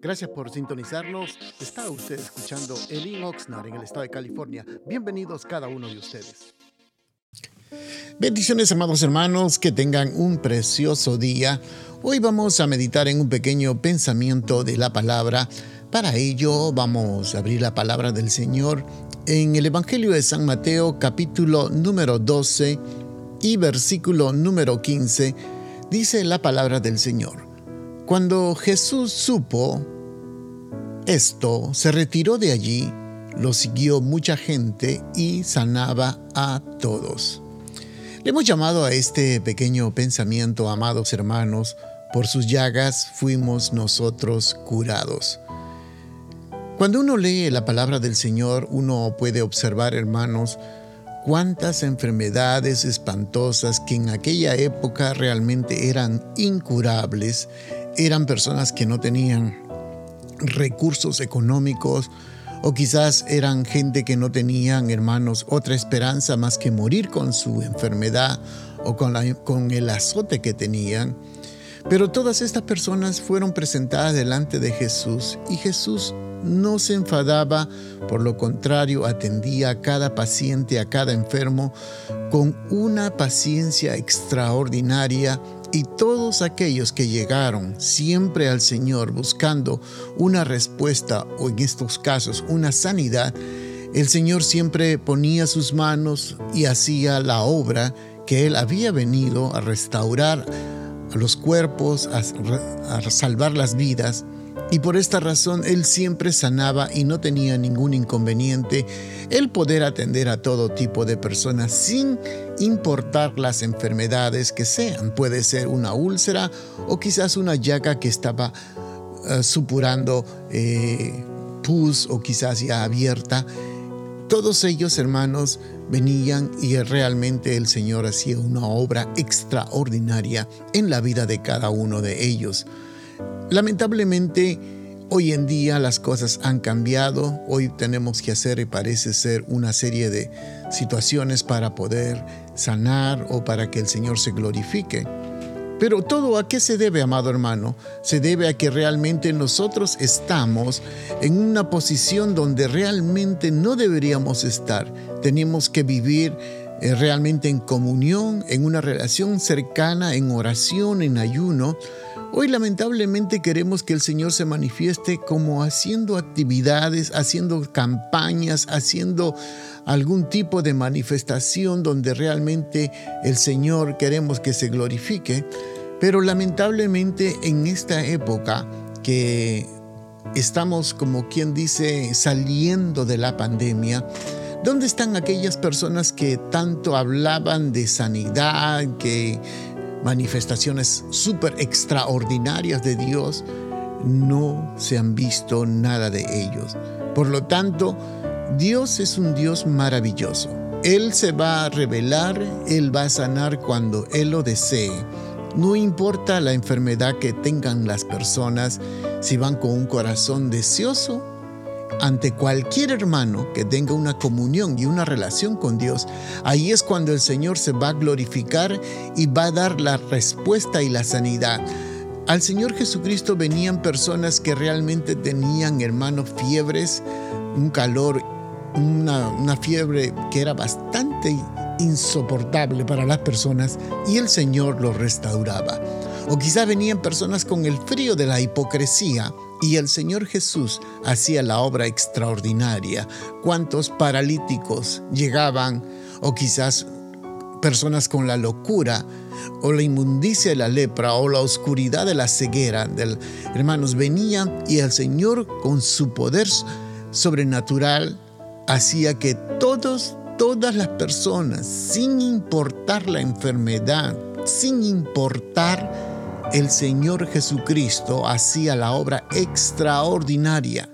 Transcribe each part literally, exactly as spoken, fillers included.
Gracias por sintonizarnos. Está usted escuchando Elin Oxnard en el estado de California. Bienvenidos cada uno de ustedes. Bendiciones, amados hermanos, que tengan un precioso día. Hoy vamos a meditar en un pequeño pensamiento de la palabra. Para ello vamos a abrir la palabra del Señor en el Evangelio de San Mateo, capítulo número doce y versículo número quince. Dice la palabra del Señor: Cuando Jesús supo esto, se retiró de allí, lo siguió mucha gente y sanaba a todos. Le hemos llamado a este pequeño pensamiento, amados hermanos: por sus llagas fuimos nosotros curados. Cuando uno lee la palabra del Señor, uno puede observar, hermanos, cuántas enfermedades espantosas que en aquella época realmente eran incurables. Eran personas que no tenían recursos económicos, o quizás eran gente que no tenían, hermanos, otra esperanza más que morir con su enfermedad o con, la, con el azote que tenían. Pero todas estas personas fueron presentadas delante de Jesús, y Jesús no se enfadaba. Por lo contrario, atendía a cada paciente, a cada enfermo, con una paciencia extraordinaria. Y todos aquellos que llegaron siempre al Señor buscando una respuesta, o en estos casos una sanidad, el Señor siempre ponía sus manos y hacía la obra que Él había venido a restaurar a los cuerpos, a, a salvar las vidas. Y por esta razón Él siempre sanaba y no tenía ningún inconveniente el poder atender a todo tipo de personas sin importar las enfermedades que sean. Puede ser una úlcera o quizás una llaga que estaba uh, supurando eh, pus, o quizás ya abierta. Todos ellos, hermanos, venían y realmente el Señor hacía una obra extraordinaria en la vida de cada uno de ellos. Lamentablemente, hoy en día las cosas han cambiado. Hoy tenemos que hacer, y parece ser, una serie de situaciones para poder sanar o para que el Señor se glorifique. Pero ¿todo a qué se debe, amado hermano? Se debe a que realmente nosotros estamos en una posición donde realmente no deberíamos estar. Tenemos que vivir eh, realmente en comunión, en una relación cercana, en oración, en ayuno. Hoy lamentablemente queremos que el Señor se manifieste como haciendo actividades, haciendo campañas, haciendo algún tipo de manifestación donde realmente el Señor queremos que se glorifique. Pero lamentablemente en esta época que estamos, como quien dice, saliendo de la pandemia, ¿dónde están aquellas personas que tanto hablaban de sanidad, que manifestaciones súper extraordinarias de Dios? No se han visto nada de ellos. Por lo tanto, Dios es un Dios maravilloso. Él se va a revelar, Él va a sanar cuando Él lo desee. No importa la enfermedad que tengan las personas, si van con un corazón deseoso ante cualquier hermano que tenga una comunión y una relación con Dios, ahí es cuando el Señor se va a glorificar y va a dar la respuesta y la sanidad. Al Señor Jesucristo venían personas que realmente tenían, hermanos, fiebres, un calor, una, una fiebre que era bastante insoportable para las personas, y el Señor los restauraba. O quizás venían personas con el frío de la hipocresía, y el Señor Jesús hacía la obra extraordinaria. ¿Cuántos paralíticos llegaban? O quizás personas con la locura, o la inmundicia de la lepra, o la oscuridad de la ceguera. Del, hermanos, venían, y el Señor, con su poder sobrenatural, hacía que todos, todas las personas, sin importar la enfermedad, sin importar, el Señor Jesucristo hacía la obra extraordinaria.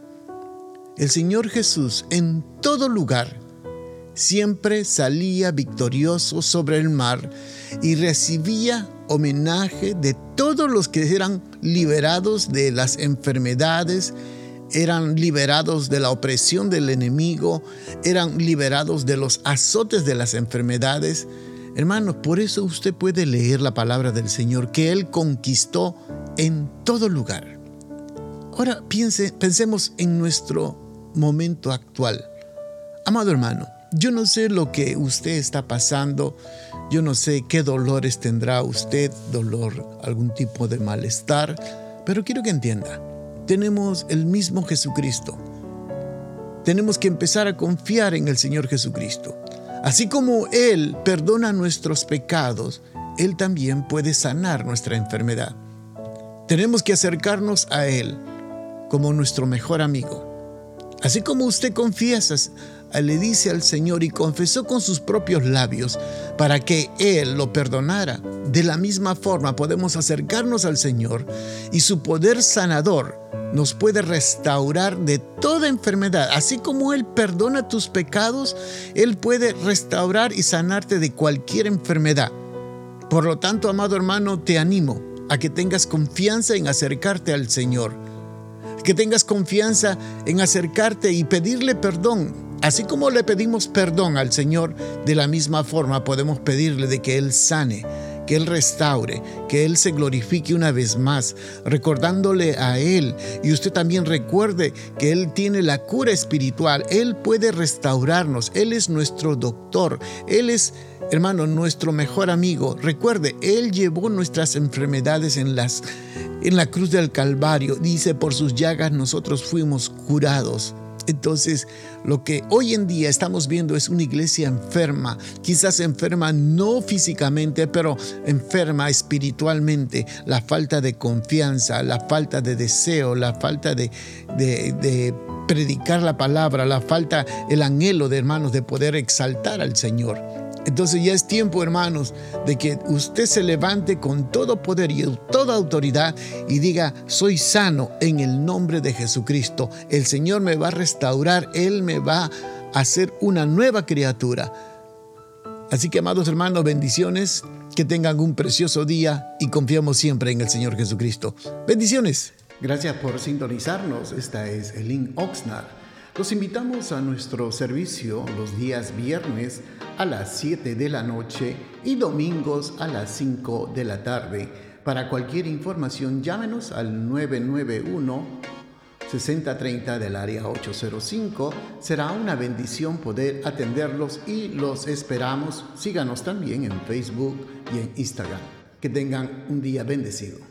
El Señor Jesús en todo lugar siempre salía victorioso sobre el mar y recibía homenaje de todos los que eran liberados de las enfermedades, eran liberados de la opresión del enemigo, eran liberados de los azotes de las enfermedades. Hermanos, por eso usted puede leer la palabra del Señor, que Él conquistó en todo lugar. Ahora piense, pensemos en nuestro momento actual. Amado hermano, yo no sé lo que usted está pasando, yo no sé qué dolores tendrá usted, dolor, algún tipo de malestar, pero quiero que entienda, tenemos el mismo Jesucristo. Tenemos que empezar a confiar en el Señor Jesucristo. Así como Él perdona nuestros pecados, Él también puede sanar nuestra enfermedad. Tenemos que acercarnos a Él como nuestro mejor amigo. Así como usted confiesa, le dice al Señor y confesó con sus propios labios para que Él lo perdonara, de la misma forma podemos acercarnos al Señor y su poder sanador nos puede restaurar de toda enfermedad. Así como Él perdona tus pecados, Él puede restaurar y sanarte de cualquier enfermedad. Por lo tanto, amado hermano, te animo a que tengas confianza en acercarte al Señor, que tengas confianza en acercarte y pedirle perdón. Así como le pedimos perdón al Señor, de la misma forma podemos pedirle de que Él sane, que Él restaure, que Él se glorifique una vez más, recordándole a Él. Y usted también recuerde que Él tiene la cura espiritual. Él puede restaurarnos. Él es nuestro doctor. Él es, hermano, nuestro mejor amigo. Recuerde, Él llevó nuestras enfermedades en las, en la cruz del Calvario. Dice, por sus llagas nosotros fuimos curados. Entonces, lo que hoy en día estamos viendo es una iglesia enferma, quizás enferma no físicamente, pero enferma espiritualmente. La falta de confianza, la falta de deseo, la falta de, de, de predicar la palabra, la falta, el anhelo de hermanos de poder exaltar al Señor. Entonces ya es tiempo, hermanos, de que usted se levante con todo poder y toda autoridad y diga, soy sano en el nombre de Jesucristo. El Señor me va a restaurar, Él me va a hacer una nueva criatura. Así que, amados hermanos, bendiciones, que tengan un precioso día y confiamos siempre en el Señor Jesucristo. Bendiciones. Gracias por sintonizarnos. Esta es Elin Oxnard. Los invitamos a nuestro servicio los días viernes a las siete de la noche y domingos a las cinco de la tarde. Para cualquier información, llámenos al nueve nueve uno, seis cero tres cero del área ocho cero cinco. Será una bendición poder atenderlos y los esperamos. Síganos también en Facebook y en Instagram. Que tengan un día bendecido.